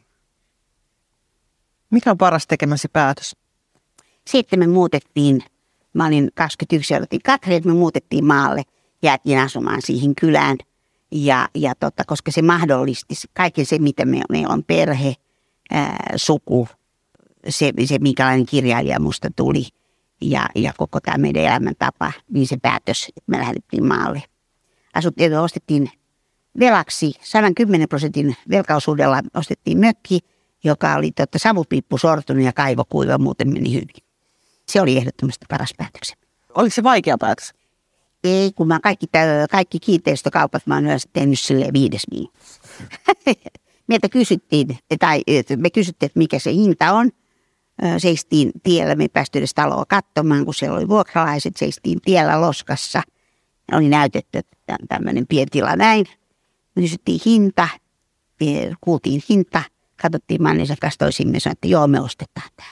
Mikä on paras tekemäsi päätös? Sitten me muutettiin, mä olin kaksikymmentäyksi ja otin Katri, että me muutettiin maalle. Jäätiin asumaan siihen kylään. Ja, ja totta, koska se mahdollisti kaiken se, mitä me, meillä on perhe, ää, suku, se, se minkälainen kirjailija musta tuli ja, ja koko tämä meidän elämäntapa, niin se päätös, että me lähdettiin maalle. Asuttiin, ostettiin velaksi, sata kymmenen prosentin velkaosuudella ostettiin mökki, joka oli totta, savupiippu sortunut ja kaivokuiva, muuten meni hyvin. Se oli ehdottomasti paras päätöksemme. Oliko se vaikea päätös? Ei, kun mä kaikki, kaikki kiinteistökaupat mä oon yleensä tehnyt silleen viides miinus. Meiltä kysyttiin, tai me kysyttiin, että mikä se hinta on. Seistiin tiellä, me ei päästy edes taloa katsomaan, kun siellä oli vuokralaiset. Seistiin tiellä loskassa. Oli näytetty, että tämmöinen pientila näin. Me kysyttiin hinta, kuultiin hinta, katsottiin Mannisen kanssa toisimme ja sanoin, että joo, me ostetaan tämä.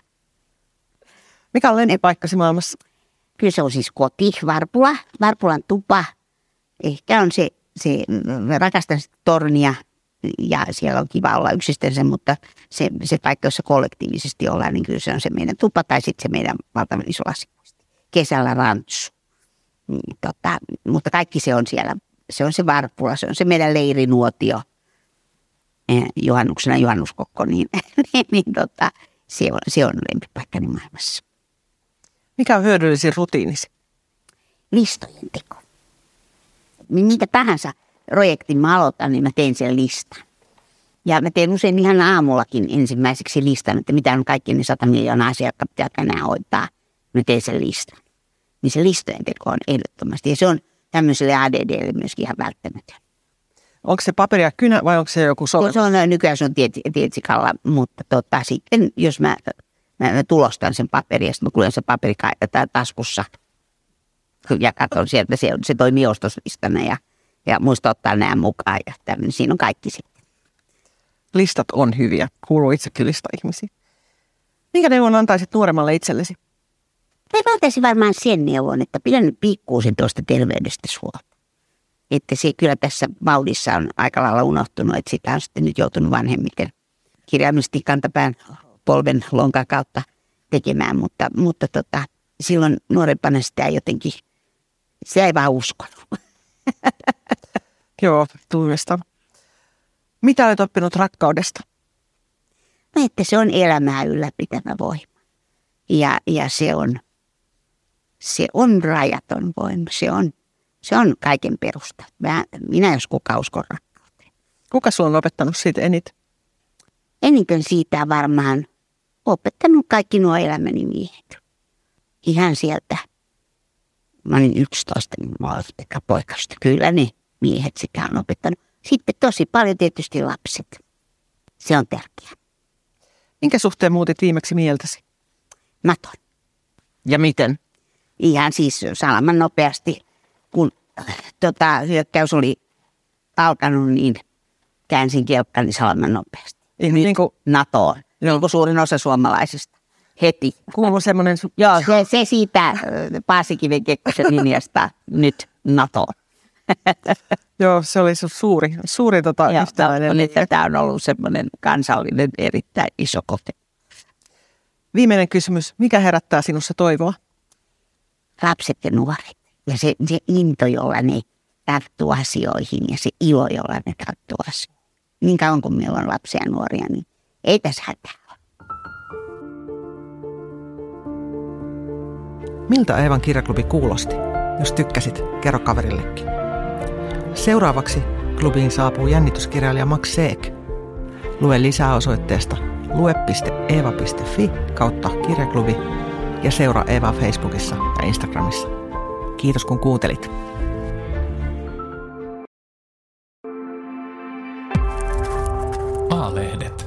Mikä on lempipaikkasi maailmassa? Kyllä se on siis koti, Varpula, Varpulan tupa. Ehkä on se, se rakastan tornia ja siellä on kiva olla yksistänsä, mutta se, se paikka, jossa kollektiivisesti ollaan, niin kyllä se on se meidän tupa tai sitten se meidän valtavan iso lasipuisto. Kesällä rantsu. Niin, tota, mutta kaikki se on siellä, se on se Varpula, se on se meidän leirinuotio. Juhannuksena juhannuskokko, niin, niin, niin tota, se on, se on lempipaikkani maailmassa. Mikä on hyödyllisin rutiinisi? Listojen teko. Mitä tahansa projektin mä aloitan, niin mä teen sen listan. Ja mä teen usein ihan aamullakin ensimmäiseksi listan, että mitä on kaikki ne sata miljoonaa asiaa, jotka pitää tänään hoitaa. Mä teen sen listan. Niin se listojen teko on ehdottomasti. Ja se on tämmöiselle A D D:lle myöskin ihan välttämätön. Onko se paperi ja kynä vai onko se joku sovellus? Se on, nykyään se on tietsikalla, mutta tota, sitten jos mä... Mä, mä tulostan sen paperin ja sitten mä kuljen sen paperi taskussa ja katson sieltä, se, se toimii ostoslistana ja, ja muista ottaa nämä mukaan ja tämmöinen. Siinä on kaikki sitten. Listat on hyviä. Kuuluu itsekin lista-ihmisiin. Minkä neuvon antaisit nuoremmalle itsellesi? Mä antaisin varmaan sen neuvon, että pidän nyt pikkuusen tuosta terveydestä huolta. Että se kyllä tässä vauhdissa on aika lailla unohtunut, että sitä on sitten nyt joutunut vanhemmiten kirjaimellisesti kantapään polven lonkan kautta tekemään, mutta, mutta tota, silloin nuorempana sitä jotenkin, se ei vaan uskonut. Joo, tunnistan. Mitä olet oppinut rakkaudesta? No, että se on elämää ylläpitävä voima. Ja, ja se on, se on rajaton voima. Se on, se on kaiken perusta. Mä, minä jos kuka uskon rakkauteen. Kuka sulla on opettanut siitä eniten? Eniten siitä varmaan opettanut kaikki nuo elämäni miehet. Ihan sieltä. Mä olin yksitoista, niin mä olin poikasta. Kyllä ne miehet sitä on opettanut. Sitten tosi paljon tietysti lapset. Se on tärkeää. Minkä suhteen muutit viimeksi mieltäsi? Naton. Ja miten? Ihan siis salaman nopeasti, kun tota, hyökkäys oli alkanut, niin käänsin kelkkani salaman nopeasti. Niin, niin kuin NATOon. Niin kuin suurin osa suomalaisista. Heti. Kuuluu semmoinen... Joo, se, se siitä Paasikiven Kekkosen linjasta nyt NATOon. Joo, se oli se suuri, suuri tota, yhtäläinen. Joo, tämä on ollut semmoinen kansallinen erittäin iso kote. Viimeinen kysymys. Mikä herättää sinussa toivoa? Lapset ja nuoret. Ja se, se into, jolla ne tarttuu asioihin ja se ilo, jolla ne tarttuu asioihin. Niin kauan kuin meillä on lapsia ja nuoria, niin ei tässä hätää ole. Miltä Eevan kirjaklubi kuulosti? Jos tykkäsit, kerro kaverillekin. Seuraavaksi klubiin saapuu jännityskirjailija Max Seek. Lue lisää osoitteesta lue piste eeva piste fi kautta kirjaklubi ja seuraa Eevaa Facebookissa ja Instagramissa. Kiitos kun kuuntelit. A-lehdet.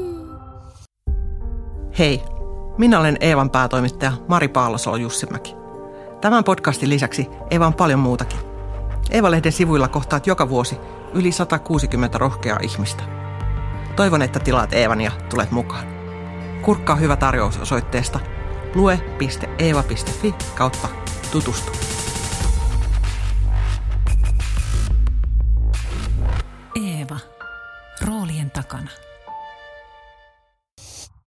Hei, minä olen Eevan päätoimittaja Mari Paalosolo-Jussimäki. Tämän podcastin lisäksi Eeva on paljon muutakin. Eeva-lehden sivuilla kohtaat joka vuosi yli sata kuusikymmentä rohkeaa ihmistä. Toivon, että tilaat Eevan ja tulet mukaan. Kurkkaa hyvä tarjous osoitteesta lue piste eeva piste fi kautta tutustu.